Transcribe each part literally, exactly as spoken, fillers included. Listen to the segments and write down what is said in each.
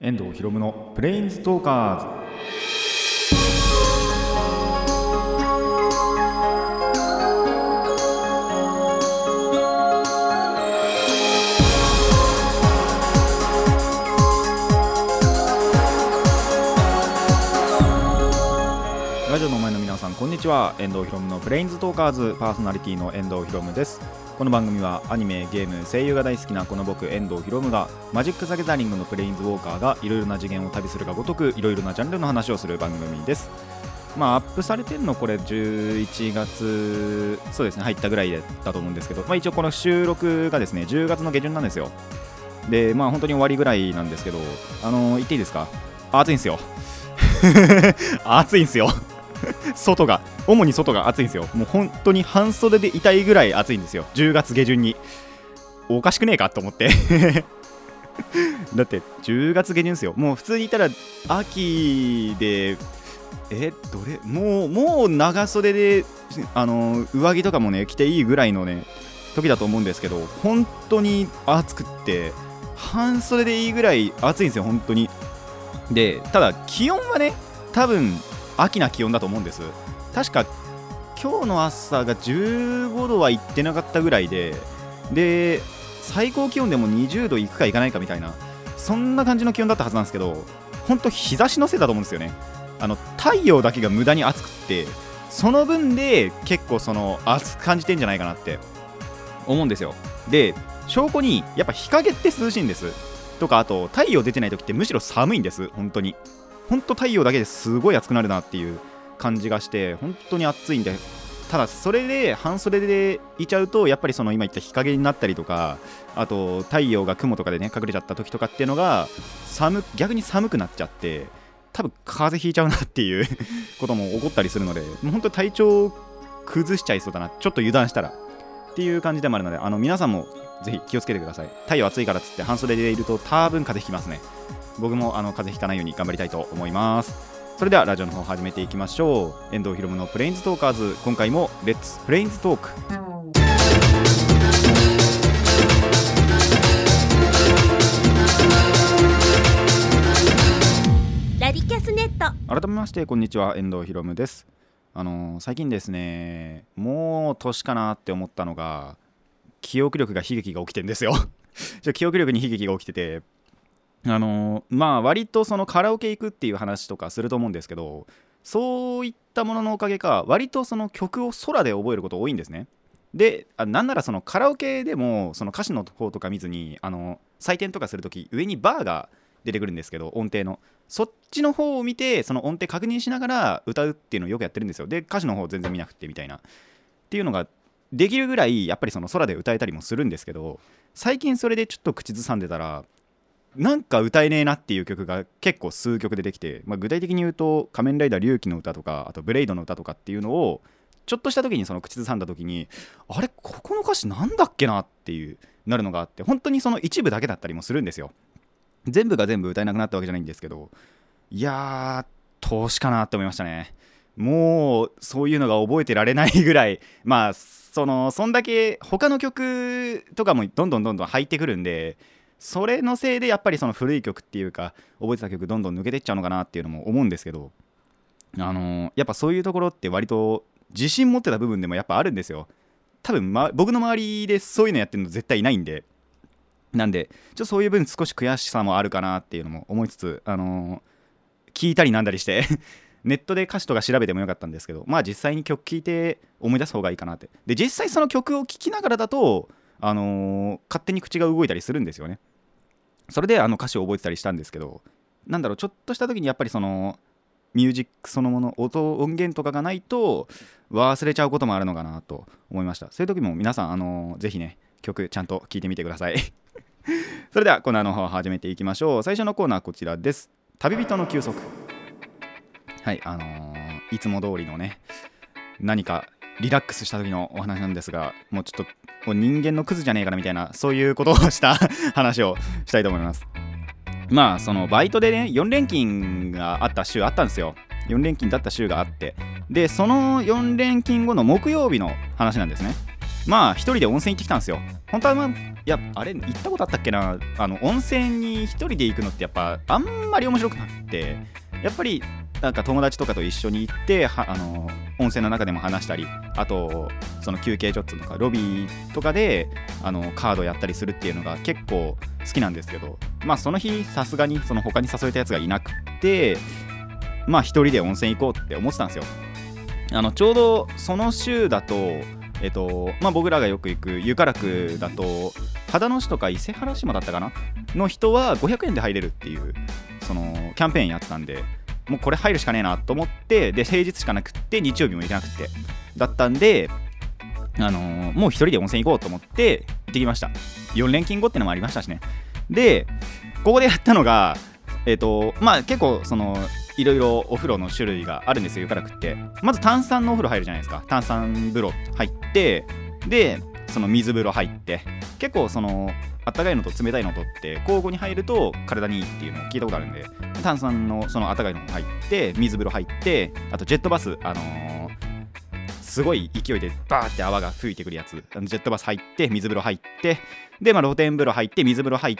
遠藤ひろむのプレインズトーカーズ。ラジオの前の皆さんこんにちは。遠藤ひろむのプレインズトーカーズパーソナリティの遠藤ひろむです。この番組はアニメ、ゲーム、声優が大好きなこの僕遠藤ひろむがマジック・ザ・ギャザリングのプレインズウォーカーがいろいろな次元を旅するがごとくいろいろなジャンルの話をする番組です。まあアップされてるのこれじゅういちがつそうですね入ったぐらいだと思うんですけど、まあ、一応この収録がですねじゅうがつの下旬なんですよ。でまあ本当に終わりぐらいなんですけど、あのー、言っていいですか、暑いんですよ暑いんですよ外が主に外が暑いんですよ。もう本当に半袖でいたいぐらい暑いんですよ。じゅうがつ下旬におかしくねえかと思ってだってじゅうがつ下旬ですよ。もう普通にいたら秋でえどれもうもう長袖であの上着とかもね着ていいぐらいのね時だと思うんですけど、本当に暑くって半袖でいいぐらい暑いんですよ本当に。でただ気温はね多分秋な気温だと思うんです。確か今日の朝がじゅうごどはいってなかったぐらいで、で最高気温でもにじゅうどいくかいかないかみたいなそんな感じの気温だったはずなんですけど、本当日差しのせいだと思うんですよね。あの太陽だけが無駄に暑くってその分で結構その暑く感じてんじゃないかなって思うんですよ。で証拠にやっぱ日陰って涼しいんですとか、あと太陽出てない時ってむしろ寒いんです。本当に本当太陽だけですごい暑くなるなっていう感じがして本当に暑いんで、ただそれで半袖でいちゃうとやっぱりその今言った日陰になったりとか、あと太陽が雲とかでね隠れちゃった時とかっていうのが寒逆に寒くなっちゃって多分風邪ひいちゃうなっていうことも起こったりするので、もう本当に体調崩しちゃいそうだなちょっと油断したらっていう感じでもあるので、あの皆さんもぜひ気をつけてください。太陽暑いからっつって半袖でいると多分風邪ひきますね。僕もあの風邪ひかないように頑張りたいと思います。それではラジオの方始めていきましょう。遠藤ひろむのプレインズトーカーズ、今回もレッツプレインズトーク。 ラディキャスネット。 改めましてこんにちは、遠藤ひろむです。あのー、最近ですねもう年かなって思ったのが記憶力が悲劇が起きてるんですよ記憶力に悲劇が起きてて、あのー、まあ割とそのカラオケ行くっていう話とかすると思うんですけど、そういったもののおかげか割とその曲を空で覚えること多いんですね。であなんならそのカラオケでもその歌詞の方とか見ずにあの採点とかするとき上にバーが出てくるんですけど、音程のそっちの方を見てその音程確認しながら歌うっていうのをよくやってるんですよ。で歌詞の方全然見なくてみたいなっていうのができるぐらいやっぱりその空で歌えたりもするんですけど、最近それでちょっと口ずさんでたらなんか歌えねえなっていう曲が結構数曲でできて、まあ、具体的に言うと仮面ライダー龍騎の歌とかあとブレイドの歌とかっていうのをちょっとした時にその口ずさんだ時にあれここの歌詞なんだっけなっていうなるのがあって、本当にその一部だけだったりもするんですよ。全部が全部歌えなくなったわけじゃないんですけど、いやー投資かなって思いましたね。もうそういうのが覚えてられないぐらい、まあそのそんだけ他の曲とかもどんどんどんどん入ってくるんで、それのせいでやっぱりその古い曲っていうか覚えてた曲どんどん抜けてっちゃうのかなっていうのも思うんですけど、あのー、やっぱそういうところって割と自信持ってた部分でもやっぱあるんですよ。多分、ま、僕の周りでそういうのやってるの絶対いないんで、なんでちょっとそういう分少し悔しさもあるかなっていうのも思いつつ、あのー、聞いたりなんだりしてネットで歌詞とか調べてもよかったんですけど、まあ実際に曲聴いて思い出す方がいいかなって。で実際その曲を聴きながらだと、あのー、勝手に口が動いたりするんですよね。それであの歌詞を覚えてたりしたんですけど、なんだろうちょっとした時にやっぱりそのミュージックそのもの音音源とかがないと忘れちゃうこともあるのかなと思いました。そういう時も皆さん、あのー、ぜひね曲ちゃんと聴いてみてくださいそれではコーナーの方を始めていきましょう。最初のコーナーこちらです。旅人の休息。はい、あのー、いつも通りのね何かリラックスした時のお話なんですが、もうちょっともう人間のクズじゃねえかなみたいなそういうことをした話をしたいと思います。まあそのバイトでねよん連勤があった週あったんですよ。よん連勤だった週があって、でそのよん連勤後の木曜日の話なんですね。 まあ一人で温泉行ってきたんですよ。本当はまあいやあれ行ったことあったっけな。あの温泉に一人で行くのってやっぱあんまり面白くなくて、やっぱりなんか友達とかと一緒に行ってはあの温泉の中でも話したり、あとその休憩所とかロビーとかであのカードやったりするっていうのが結構好きなんですけど、まあその日さすがにその他に誘えたやつがいなくて、まあ一人で温泉行こうって思ってたんですよ。あのちょうどその週だとえっとまあ僕らがよく行く湯唐区だと秦野市とか伊勢原島だったかなの人はごひゃくえんで入れるっていうそのキャンペーンやってたんで、もうこれ入るしかねえなと思って、で平日しかなくって日曜日も行けなくってだったんで、あのー、もう一人で温泉行こうと思って行ってきました。よん連勤後ってのもありましたしね。でここでやったのがえっとまあ結構そのいろいろお風呂の種類があるんですよ、湯唐区って。まず炭酸のお風呂入るじゃないですか。炭酸風呂入ってでその水風呂入って、結構そのあったかいのと冷たいのとって交互に入ると体にいいっていうのを聞いたことあるんで、炭酸のそのあったかいの入って水風呂入って、あとジェットバス、あのー、すごい勢いでバーって泡が吹いてくるやつ、ジェットバス入って水風呂入ってで、まあ、露天風呂入って水風呂入って、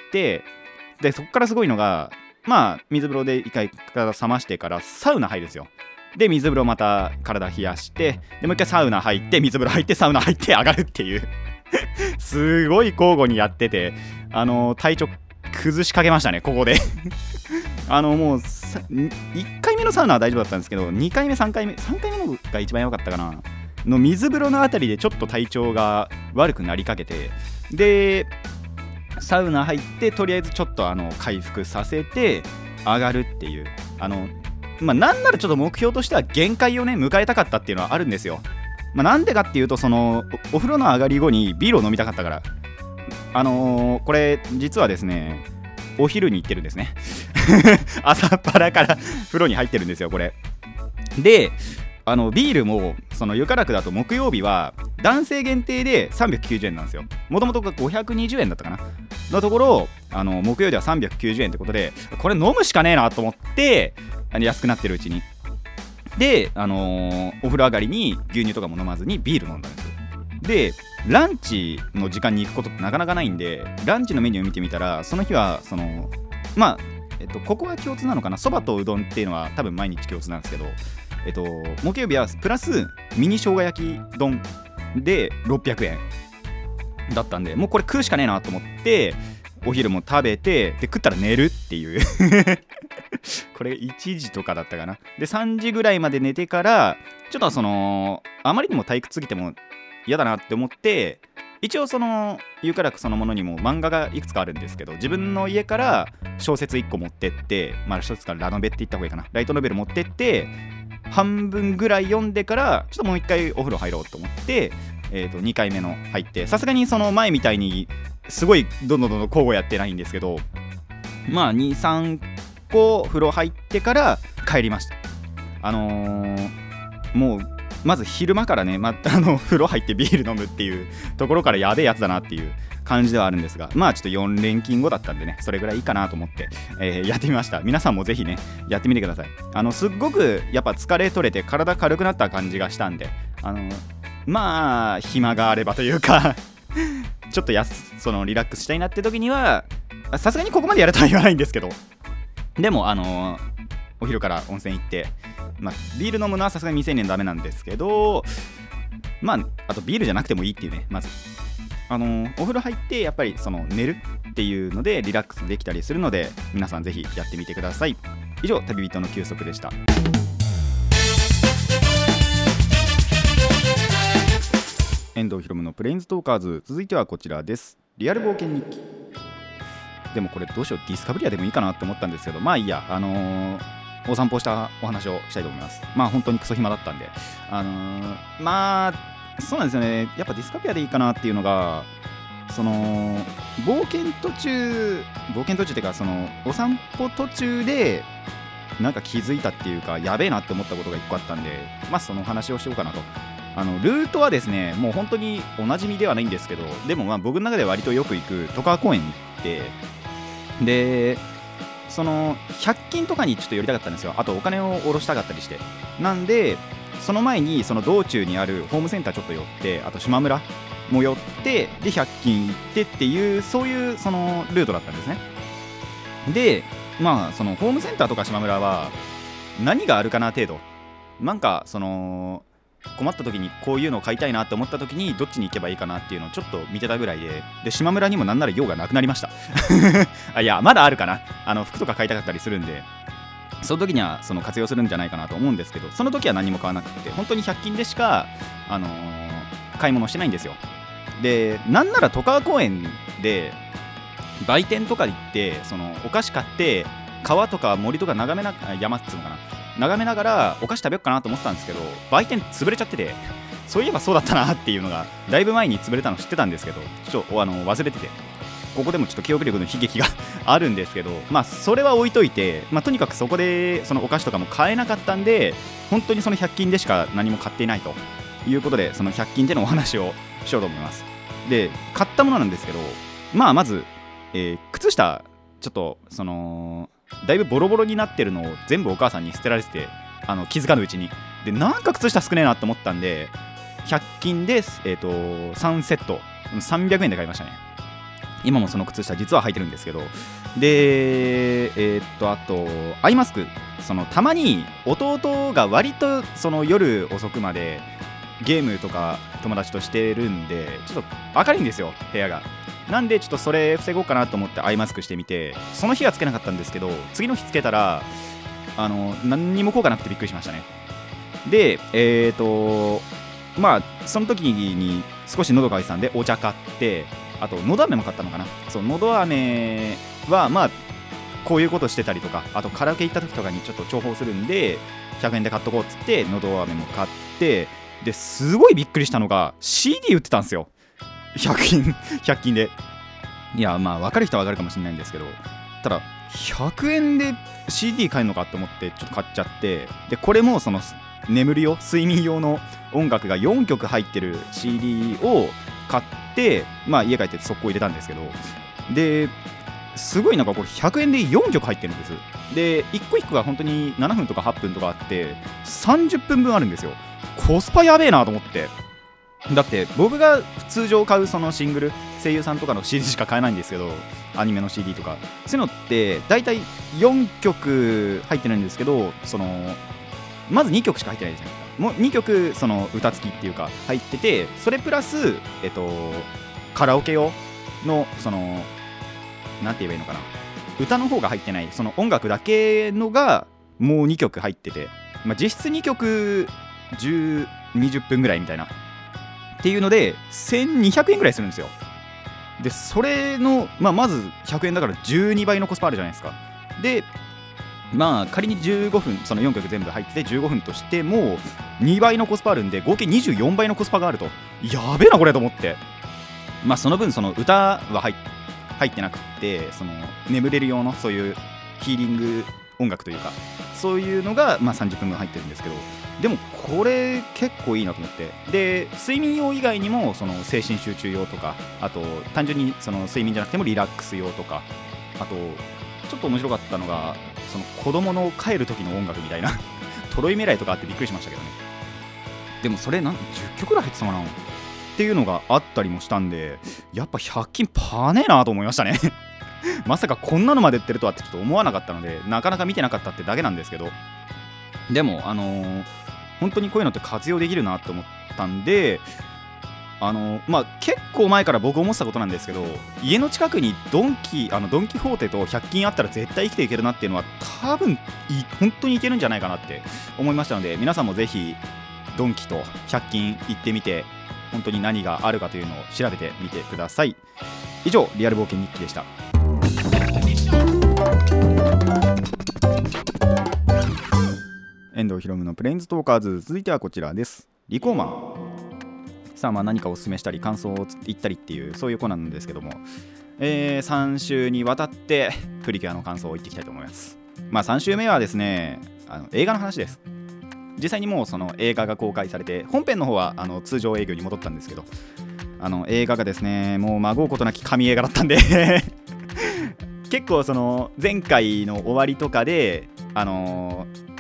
でそっからすごいのが、まあ水風呂で一回体冷ましてからサウナ入るんですよ。で水風呂また体冷やして、でもう一回サウナ入って水風呂入ってサウナ入って上がるっていうすごい交互にやってて、あの体調崩しかけましたねここであのもういっかいめのサウナは大丈夫だったんですけど、にかいめさんかいめさんかいめのが一番やばかったかなの水風呂のあたりでちょっと体調が悪くなりかけて、でサウナ入ってとりあえずちょっとあの回復させて上がるっていう、あのまあなんならちょっと目標としては限界をね迎えたかったっていうのはあるんですよ。まあ、なんでかっていうと、その お, お風呂の上がり後にビールを飲みたかったから。あのー、これ実はですねお昼に行ってるんですね朝っぱらから風呂に入ってるんですよこれで。あのビールもその湯唐区だと木曜日は男性限定でさんびゃくきゅうじゅうえんなんですよ。もともとがごひゃくにじゅうえんだったかなのところ、あの木曜ではさんびゃくきゅうじゅうえんってことで、これ飲むしかねえなと思ってあの安くなってるうちにで、あのー、お風呂上がりに牛乳とかも飲まずにビール飲んだんですよ。でランチの時間に行くことってなかなかないんで、ランチのメニューを見てみたらその日はそのまあえっとここは共通なのかな、そばとうどんっていうのは多分毎日共通なんですけど、えっと木曜日はプラスミニ生姜焼き丼でろっぴゃくえんだったんで、もうこれ食うしかねえなと思ってお昼も食べて、で食ったら寝るっていうこれいちじとかだったかな。でさんじぐらいまで寝てから、ちょっとそのあまりにも退屈すぎても嫌だなって思って、一応その湯唐区そのものにも漫画がいくつかあるんですけど、自分の家から小説いっこ持ってって、まあ一つからラノベって言った方がいいかな、ライトノベル持ってって半分ぐらい読んでから、ちょっともう一回お風呂入ろうと思って、えー、とにかいめの入って、さすがにその前みたいにすごいどんどんどんどん交互やってないんですけど、まあにさんこ風呂入ってから帰りました。あのー、もうまず昼間からね、ま、あの風呂入ってビール飲むっていうところからやべえやつだなっていう感じではあるんですが、まあちょっとよん連勤後だったんでね、それぐらいいいかなと思って、えー、やってみました。皆さんもぜひねやってみてください。あのすっごくやっぱ疲れ取れて体軽くなった感じがしたんで、あのまあ暇があればというかちょっとやすそのリラックスしたいなって時には、さすがにここまでやるとは言わないんですけど、でもあのー、お昼から温泉行って、まあ、ビール飲むのはさすがに未成年ダメなんですけど、まああとビールじゃなくてもいいっていうね、まずあのー、お風呂入ってやっぱりその寝るっていうのでリラックスできたりするので、皆さんぜひやってみてください。以上、旅人の休息でした。遠藤ひろむのプレインズトーカーズ、続いてはこちらです。リアル冒険日記。でもこれどうしよう、ディスカブリアでもいいかなって思ったんですけど、まあいいや、あのー、お散歩したお話をしたいと思います。まあ本当にクソ暇だったんで、あのー、まあそうなんですよね。やっぱディスカブリアでいいかなっていうのが、その冒険途中冒険途中っていうか、そのお散歩途中でなんか気づいたっていうか、やべえなって思ったことがいっこあったんで、まあその話をしようかなと。あのルートはですね、もう本当におなじみではないんですけど、でもまあ僕の中で割とよく行く戸川公園に行って、でそのひゃく均とかにちょっと寄りたかったんですよ。あとお金を下ろしたかったりして、なんでその前にその道中にあるホームセンターちょっと寄って、あと島村も寄ってでひゃく均行ってっていうそういうそのルートだったんですね。でまあそのホームセンターとか島村は何があるかな程度、なんかその困った時にこういうのを買いたいなって思った時にどっちに行けばいいかなっていうのをちょっと見てたぐらいで、で島村にもなんなら用がなくなりましたあいやまだあるかな、あの服とか買いたかったりするんで、その時にはその活用するんじゃないかなと思うんですけど、その時は何も買わなくて本当にひゃく均でしか、あのー、買い物してないんですよ。でなんなら戸川公園で売店とか行ってそのお菓子買って川とか森とか眺めな山っつうのかな眺めながらお菓子食べようかなと思ってたんですけど、売店潰れちゃってて、そういえばそうだったなっていうのがだいぶ前に潰れたの知ってたんですけど、ちょっとあの忘れてて、ここでもちょっと記憶力の悲劇があるんですけど、まあそれは置いといて、まあとにかくそこでそのお菓子とかも買えなかったんで、本当にそのひゃく均でしか何も買っていないということで、そのひゃく均でのお話をしようと思います。で買ったものなんですけど、まあまず、えー、靴下ちょっとそのだいぶボロボロになってるのを全部お母さんに捨てられてて、あの気づかぬうちに、でなんか靴下少ねえなって思ったんでひゃく均で、えー、とさんセットさんびゃくえんで買いましたね。今もその靴下実は履いてるんですけど、でえー、っとあとアイマスク、そのたまに弟が割とその夜遅くまでゲームとか友達としてるんでちょっと明るいんですよ部屋が。なんでちょっとそれ防ごうかなと思ってアイマスクしてみて、その日はつけなかったんですけど次の日つけたらあの何にも効果なくてびっくりしましたね。でえーとまあその時に少し喉が渇いてたんでお茶買って、あとのど飴も買ったのかな。そうのど飴はまあこういうことしてたりとか、あとカラオケ行った時とかにちょっと重宝するんでひゃくえんで買っとこうっつってのど飴も買って、ですごいびっくりしたのが シーディー 売ってたんですよ、ひゃく均ひゃく均で。いやまあ分かる人は分かるかもしれないんですけど、ただひゃくえんで シーディー 買えるのかって思ってちょっと買っちゃって、でこれもその眠る用睡眠用の音楽がよんきょく入ってる シーディー を買って、まあ家帰って速攻入れたんですけど、ですごいなんかこれひゃくえんでよんきょく入ってるんです。でいっこいっこが本当にななふんとかはっぷんとかあってさんじゅっぷんぶんあるんですよ。コスパやべえなと思って、だって僕が通常買うそのシングル声優さんとかの シーディー しか買えないんですけど、アニメの シーディー とかそういうのってだいたいよんきょく入ってるんですけど、そのまずにきょくしか入ってないじゃないですか。もうにきょくその歌付きっていうか入ってて、それプラスえっとカラオケ用のそのなんて言えばいいのかな、歌の方が入ってないその音楽だけのがもうにきょく入ってて、まあ、実質にきょくじゅう、にじゅっぷんぐらいみたいなっていうのでせんにひゃくえんぐらいするんですよ。でそれの、まあ、まずひゃくえんだからじゅうにばいのコスパあるじゃないですか。でまあ仮にじゅうごふんそのよんきょく全部入ってじゅうごふんとしてもにばいのコスパあるんで合計にじゅうよんばいのコスパがあると、やべえなこれと思って、まあその分その歌は入入ってなくってその眠れる用のそういうヒーリング音楽というかそういうのがまあさんじゅっぷんぶん入ってるんですけど、でもこれ結構いいなと思って、で睡眠用以外にもその精神集中用とか、あと単純にその睡眠じゃなくてもリラックス用とか、あとちょっと面白かったのがその子供の帰る時の音楽みたいなトロイメライとかあってびっくりしましたけどね。でもそれなんじゅっきょくぐらい入ってたかなっていうのがあったりもしたんで、やっぱひゃく均パねえなと思いましたねまさかこんなのまで売ってるとはってちょっと思わなかったのでなかなか見てなかったってだけなんですけど、でもあのー、本当にこういうのって活用できるなと思ったんで、あのー、まあ結構前から僕思ってたことなんですけど、家の近くにドンキあのドンキホーテとひゃく均あったら絶対生きていけるなっていうのは多分本当にいけるんじゃないかなって思いましたので、皆さんもぜひドンキとひゃく均行ってみて本当に何があるかというのを調べてみてください。以上リアル冒険日記でした。遠藤ひろむのプレインズトーカーズ、続いてはこちらです。リコーマンさあ、まあ何かおすすめしたり感想を言ったりっていうそういうコーナーなんですけども、えー、さん週にわたってプリキュアの感想を言っていきたいと思います。まあさん週目はですね、あの映画の話です。実際にもうその映画が公開されて、本編の方はあの通常営業に戻ったんですけど、あの映画がですねもうまごうことなき神映画だったんで結構その前回の終わりとかであのー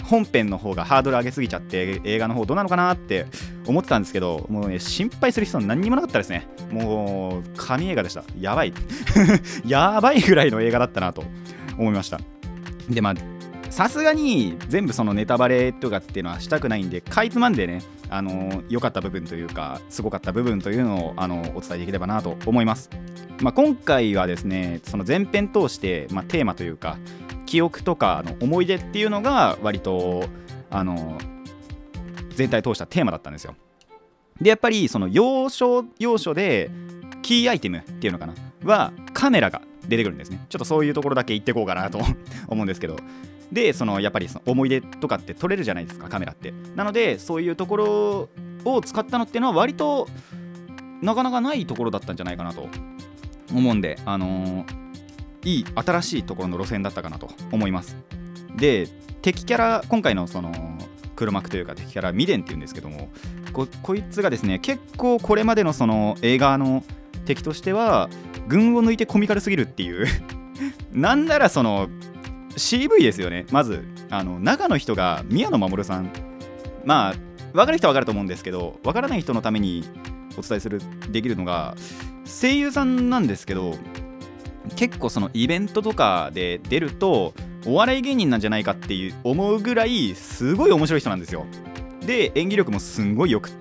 本編の方がハードル上げすぎちゃって映画の方どうなのかなって思ってたんですけど、もうね心配する必要何にもなかったですね。もう神映画でした。やばいやばいぐらいの映画だったなと思いました。でまあさすがに全部そのネタバレとかっていうのはしたくないんで、かいつまんでね、あの良かった部分というかすごかった部分というのをあのお伝えできればなと思います。まあ、今回はですねその前編通して、まあ、テーマというか記憶とかの思い出っていうのが割とあの全体通したテーマだったんですよ。でやっぱりその要所要所でキーアイテムっていうのかなはカメラが出てくるんですね。ちょっとそういうところだけ言ってこうかなと思うんですけど、でそのやっぱりその思い出とかって撮れるじゃないですかカメラって。なのでそういうところを使ったのっていうのは割となかなかないところだったんじゃないかなと思うんで、あのー、いい新しいところの路線だったかなと思います。で敵キャラ、今回のその黒幕というか敵キャラミデンっていうんですけども、 こ, こいつがですね結構これまでのその映画の敵としては群を抜いてコミカルすぎるっていうなんならその シーブイ ですよね。まずあの中の人が宮野真守さん、まあ分かる人は分かると思うんですけど、分からない人のためにお伝えするできるのが声優さんなんですけど、結構そのイベントとかで出るとお笑い芸人なんじゃないかっていう思うぐらいすごい面白い人なんですよ。で演技力もすんごいよくって、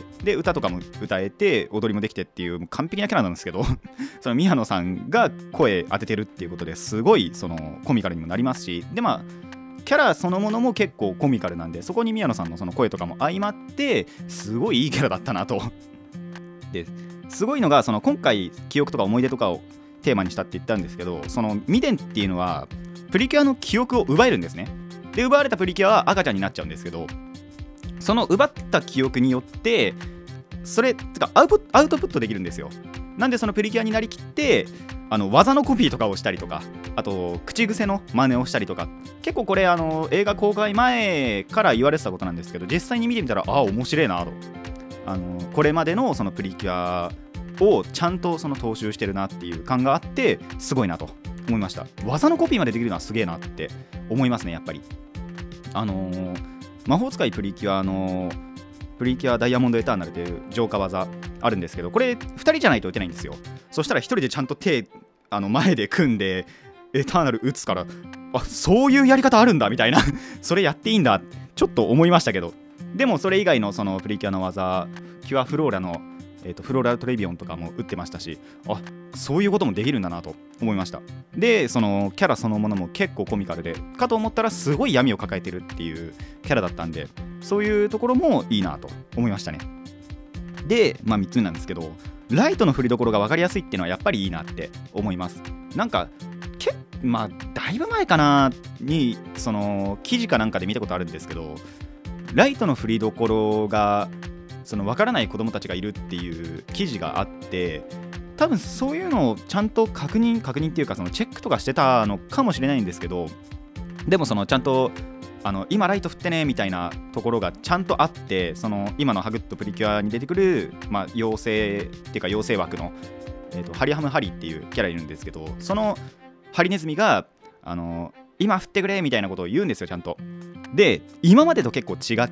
で歌とかも歌えて踊りもできてっていう完璧なキャラなんですけどその宮野さんが声当ててるっていうことですごいそのコミカルにもなりますし、でまあキャラそのものも結構コミカルなんで、そこに宮野さんのその声とかも相まってすごいいいキャラだったなとですごいのがその今回記憶とか思い出とかをテーマにしたって言ったんですけど、そのミデンっていうのはプリキュアの記憶を奪えるんですね。で奪われたプリキュアは赤ちゃんになっちゃうんですけど、その奪った記憶によってそれつかアウトアウトプットできるんですよ。なんでそのプリキュアになりきってあの技のコピーとかをしたりとか、あと口癖の真似をしたりとか、結構これあの映画公開前から言われてたことなんですけど、実際に見てみたらああ面白いなと、あのこれまでのそのプリキュアをちゃんとその踏襲してるなっていう感があってすごいなと思いました。技のコピーまでできるのはすげえなって思いますね。やっぱりあのー、魔法使いプリキュアのプリキュアダイヤモンドエターナルという浄化技あるんですけど、これふたりじゃないと打てないんですよ。そしたらひとりでちゃんと手あの前で組んでエターナル打つから、あそういうやり方あるんだみたいなそれやっていいんだちょっと思いましたけど、でもそれ以外のそのプリキュアの技、キュアフローラのえー、とフローラルトレビオンとかも打ってましたし、あそういうこともできるんだなと思いました。でそのキャラそのものも結構コミカルで、かと思ったらすごい闇を抱えてるっていうキャラだったんで、そういうところもいいなと思いましたね。で、まあ、みっつめなんですけど、ライトの振りどころが分かりやすいっていうのはやっぱりいいなって思います。なんかけまあだいぶ前かなにその記事かなんかで見たことあるんですけど、ライトの振りどころがその分からない子どもたちがいるっていう記事があって、多分そういうのをちゃんと確認確認っていうかそのチェックとかしてたのかもしれないんですけど、でもそのちゃんとあの今ライト振ってねみたいなところがちゃんとあって、その今のハグッとプリキュアに出てくる、まあ、妖精っていうか妖精枠の、えーとハリハムハリっていうキャラいるんですけど、そのハリネズミがあの今振ってくれみたいなことを言うんですよちゃんと。で今までと結構違って、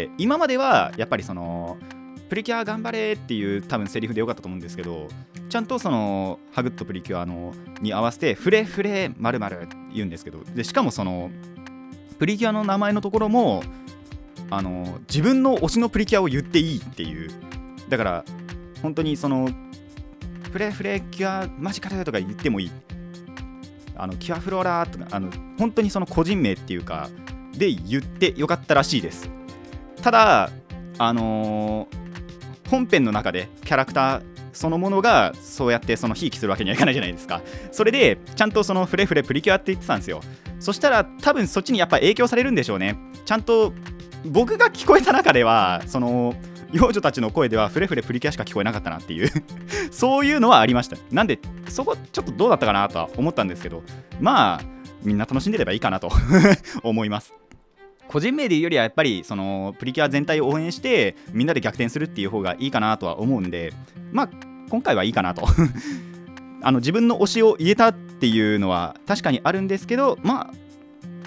今まではやっぱりそのプリキュア頑張れっていう多分セリフでよかったと思うんですけど、ちゃんとそのハグッとプリキュアのに合わせてフレフレまるまる言うんですけど、でしかもそのプリキュアの名前のところもあの自分の推しのプリキュアを言っていいっていう、だから本当にそのフレフレキュアマジカルとか言ってもいい、あのキュアフローラーとかあの本当にその個人名っていうかで言ってよかったらしいです。ただあのー、本編の中でキャラクターそのものがそうやってそのひいきするわけにはいかないじゃないですか。それでちゃんとそのフレフレプリキュアって言ってたんですよ。そしたら多分そっちにやっぱ影響されるんでしょうね。ちゃんと僕が聞こえた中ではその幼女たちの声ではフレフレプリキュアしか聞こえなかったなっていうそういうのはありました。なんでそこちょっとどうだったかなとは思ったんですけど、まあみんな楽しんでればいいかなと思います。個人名で言うよりはやっぱりそのプリキュア全体を応援してみんなで逆転するっていう方がいいかなとは思うんで、まあ今回はいいかなとあの自分の推しを言えたっていうのは確かにあるんですけど、まあ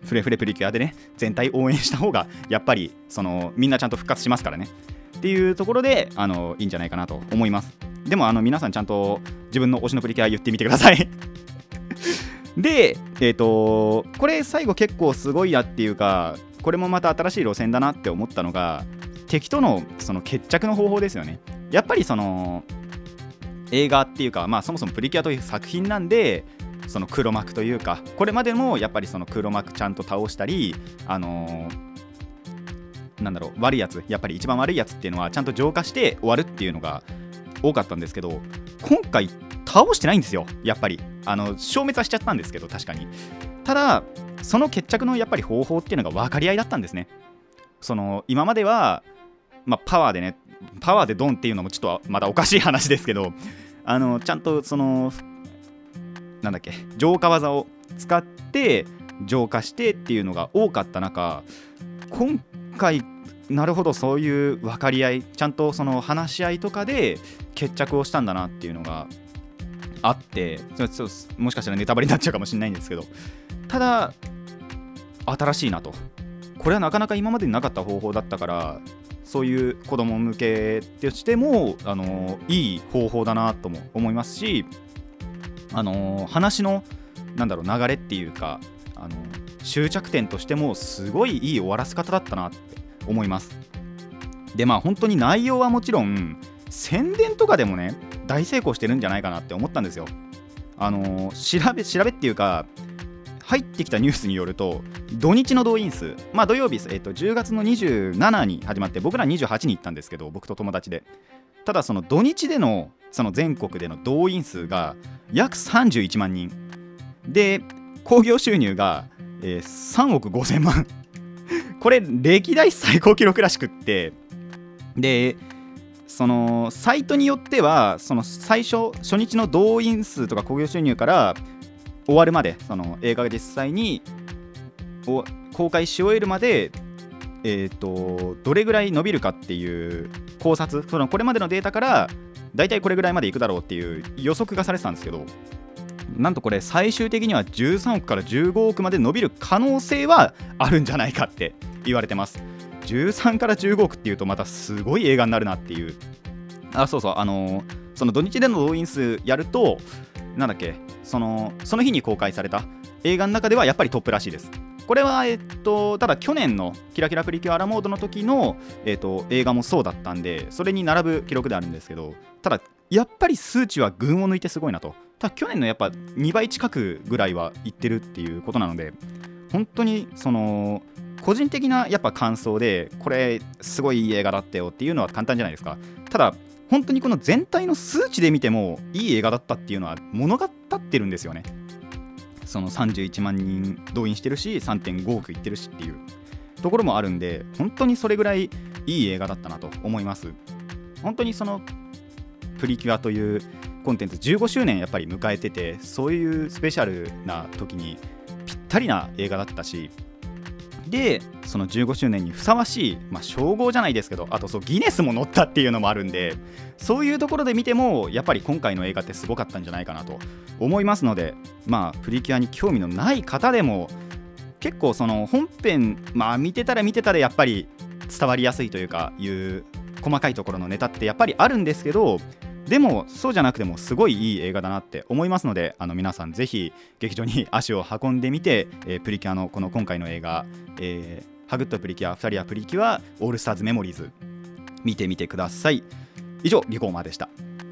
フレフレプリキュアでね全体応援した方がやっぱりそのみんなちゃんと復活しますからねっていうところであのいいんじゃないかなと思います。でもあの皆さんちゃんと自分の推しのプリキュア言ってみてくださいでえっ、ー、とこれ最後結構すごいなっていうか、これもまた新しい路線だなって思ったのが敵とのその決着の方法ですよね。やっぱりその映画っていうか、まあそもそもプリキュアという作品なんで、その黒幕というかこれまでもやっぱりその黒幕ちゃんと倒したり、あのー、なんだろう悪いやつ、やっぱり一番悪いやつっていうのはちゃんと浄化して終わるっていうのが多かったんですけど、今回倒してないんですよ。やっぱりあの消滅はしちゃったんですけど、確かにただその決着のやっぱり方法っていうのが分かり合いだったんですね。その今までは、まあ、パワーでねパワーでドンっていうのもちょっとまだおかしい話ですけど、あのちゃんとそのなんだっけ浄化技を使って浄化してっていうのが多かった中、今回なるほどそういう分かり合い、ちゃんとその話し合いとかで決着をしたんだなっていうのがあって、もしかしたらネタバレになっちゃうかもしれないんですけど、ただ新しいなと、これはなかなか今までになかった方法だったから、そういう子供向けとしてもあのいい方法だなとも思いますし、あの話のなんだろう流れっていうか、あの終着点としてもすごいいい終わらせ方だったなって思います。でまあ本当に内容はもちろん宣伝とかでもね大成功してるんじゃないかなって思ったんですよ。あの調べ調べっていうか入ってきたニュースによると、土日の動員数、まあ土曜日、えっと、じゅうがつのにじゅうしちに始まって、僕らにじゅうはちに行ったんですけど、僕と友達で。ただその土日でのその全国での動員数が約さんじゅういちまんにんで、興行収入が、えー、さんおくごせんまんこれ歴代最高記録らしくって、でそのサイトによってはその最初初日の動員数とか興行収入から終わるまで、その映画が実際に公開し終えるまで、えーと、どれぐらい伸びるかっていう考察、そのこれまでのデータからだいたいこれぐらいまでいくだろうっていう予測がされてたんですけど、なんとこれ最終的にはじゅうさんおくからじゅうごおくまで伸びる可能性はあるんじゃないかって言われてます。じゅうさんからじゅうごおくっていうとまたすごい映画になるなっていう。あ、そうそう、あのー、その土日での動員数やると、なんだっけ、そのその日に公開された映画の中ではやっぱりトップらしいです。これはえっとただ去年のキラキラプリキュアラモードの時の、えっと、映画もそうだったんで、それに並ぶ記録であるんですけど、ただやっぱり数値は群を抜いてすごいなと。ただ去年のやっぱにばい近くぐらいはいってるっていうことなので、本当にその個人的なやっぱ感想で、これすごいいい映画だったよっていうのは簡単じゃないですか。ただ本当にこの全体の数値で見てもいい映画だったっていうのは物語ってるんですよね。そのさんじゅういちまんにん動員してるし さんてんごおくいってるしっていうところもあるんで、本当にそれぐらいいい映画だったなと思います。本当にそのプリキュアというコンテンツじゅうごしゅうねんやっぱり迎えてて、そういうスペシャルな時にぴったりな映画だったし、でそのじゅうごしゅうねんにふさわしい、まあ、称号じゃないですけど、あとそうギネスも載ったっていうのもあるんで、そういうところで見てもやっぱり今回の映画ってすごかったんじゃないかなと思いますので、まあプリキュアに興味のない方でも結構その本編、まあ見てたら見てたらやっぱり伝わりやすいというかいう細かいところのネタってやっぱりあるんですけど、でもそうじゃなくてもすごいいい映画だなって思いますので、あの皆さんぜひ劇場に足を運んでみて、えー、プリキュアのこの今回の映画、えー、ハグッとプリキュアふたりはプリキュアオールスターズメモリーズ見てみてください。以上リコーマーでした。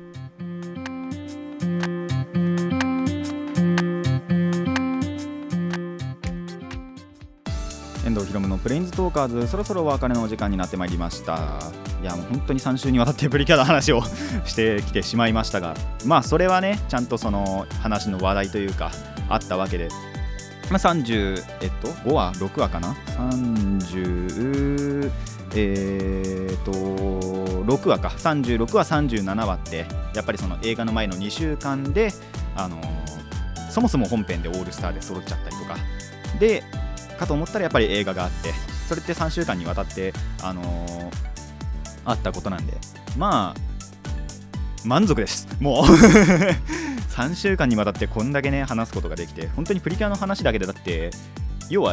遠藤ひろむのプレインズトーカーズ、そろそろお別れのお時間になってまいりました。いやもう本当にさん週にわたってプリキュアの話をしてきてしまいましたが、まあそれはねちゃんとその話の話題というかあったわけで、まあ、さんじゅう、えっと、ごわろくわかな、さんじゅう、えー、っとろくわか、さんじゅうろくわさんじゅうななわってやっぱりその映画の前のにしゅうかんで、あのー、そもそも本編でオールスターで揃っちゃったりとかでかと思ったらやっぱり映画があって、それってさんしゅうかんにわたって、あのー、あったことなんで、まあ満足です。もうさんしゅうかんにわたってこんだけね話すことができて、本当にプリキュアの話だけでだって要は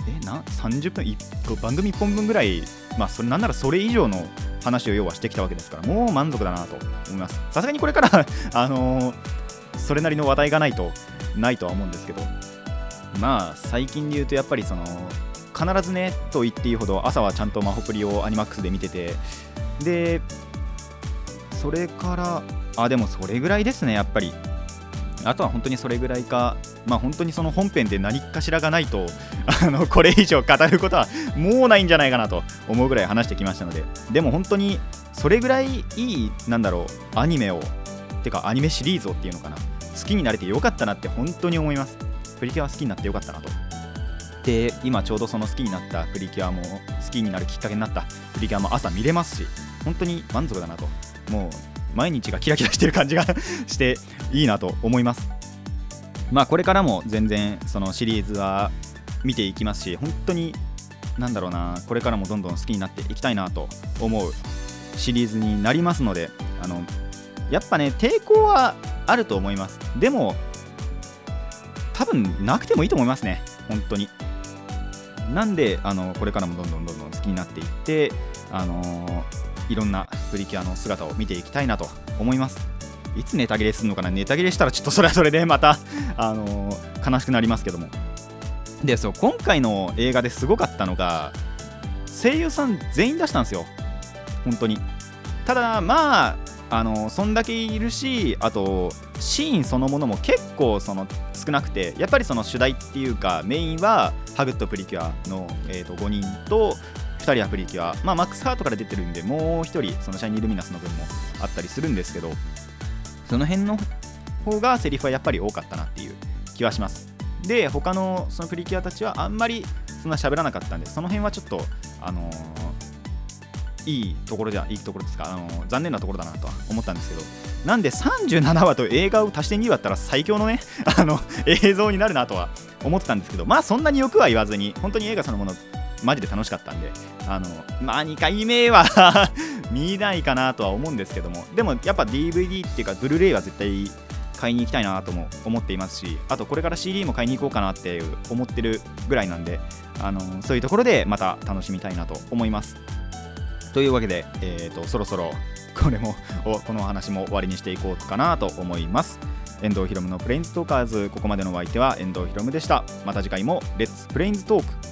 えなさんじゅっぷんい番組いっぽんぶんぐらい、まあそれなんならそれ以上の話を要はしてきたわけですから、もう満足だなと思います。さすがにこれからあのー、それなりの話題がないとないとは思うんですけど、まあ最近で言うとやっぱりその必ずねと言っていいほど朝はちゃんとマホプリをアニマックスで見てて、でそれからあでもそれぐらいですね。やっぱりあとは本当にそれぐらいか、まあ本当にその本編で何かしらがないとあのこれ以上語ることはもうないんじゃないかなと思うぐらい話してきましたので、でも本当にそれぐらいいいなんだろうアニメをてかアニメシリーズをっていうのかな、好きになれてよかったなって本当に思います。プリキュア好きになってよかったなと。で今ちょうどその好きになったプリキュアも好きになるきっかけになったプリキュアも朝見れますし、本当に満足だなと、もう毎日がキラキラしてる感じがしていいなと思います。まあこれからも全然そのシリーズは見ていきますし、本当になんだろうな、これからもどんどん好きになっていきたいなと思うシリーズになりますので、あのやっぱね抵抗はあると思います。でも多分なくてもいいと思いますね、本当に。なんであのこれからもどんどんどんどん好きになっていって、あのーいろんなプリキュアの姿を見ていきたいなと思います。いつネタ切れするのかな、ネタ切れしたらちょっとそれはそれでまた、あのー、悲しくなりますけども。でそう今回の映画ですごかったのが声優さん全員出したんですよ、本当に。ただまああのそんだけいるし、あとシーンそのものも結構その少なくて、やっぱりその主題っていうかメインはハグッドプリキュアの、えー、とごにんとふたりはプリキュア、まあマックスハートから出てるんでもうひとりそのシャイニールミナスの分もあったりするんですけど、その辺の方がセリフはやっぱり多かったなっていう気はします。で他のそのプリキュアたちはあんまりそんな喋らなかったんで、その辺はちょっとあのー、いいところじゃいいところですか、あのー、残念なところだなとは思ったんですけど、なんでさんじゅうななわと映画を足してにわったら最強のねあの映像になるなとは思ってたんですけど、まあそんなによくは言わずに本当に映画そのものマジで楽しかったんで、あのまあにかいめは見ないかなとは思うんですけども、でもやっぱ ディーブイディー っていうかブルーレイは絶対買いに行きたいなとも思っていますし、あとこれから シーディー も買いに行こうかなっていう思ってるぐらいなんで、あのそういうところでまた楽しみたいなと思います。というわけで、えーと、そろそろこれもこのお話も終わりにしていこうかなと思います。遠藤ひろむのプレインズトーカーズ、ここまでのお相手は遠藤ひろむでした。また次回もレッツプレインズトーク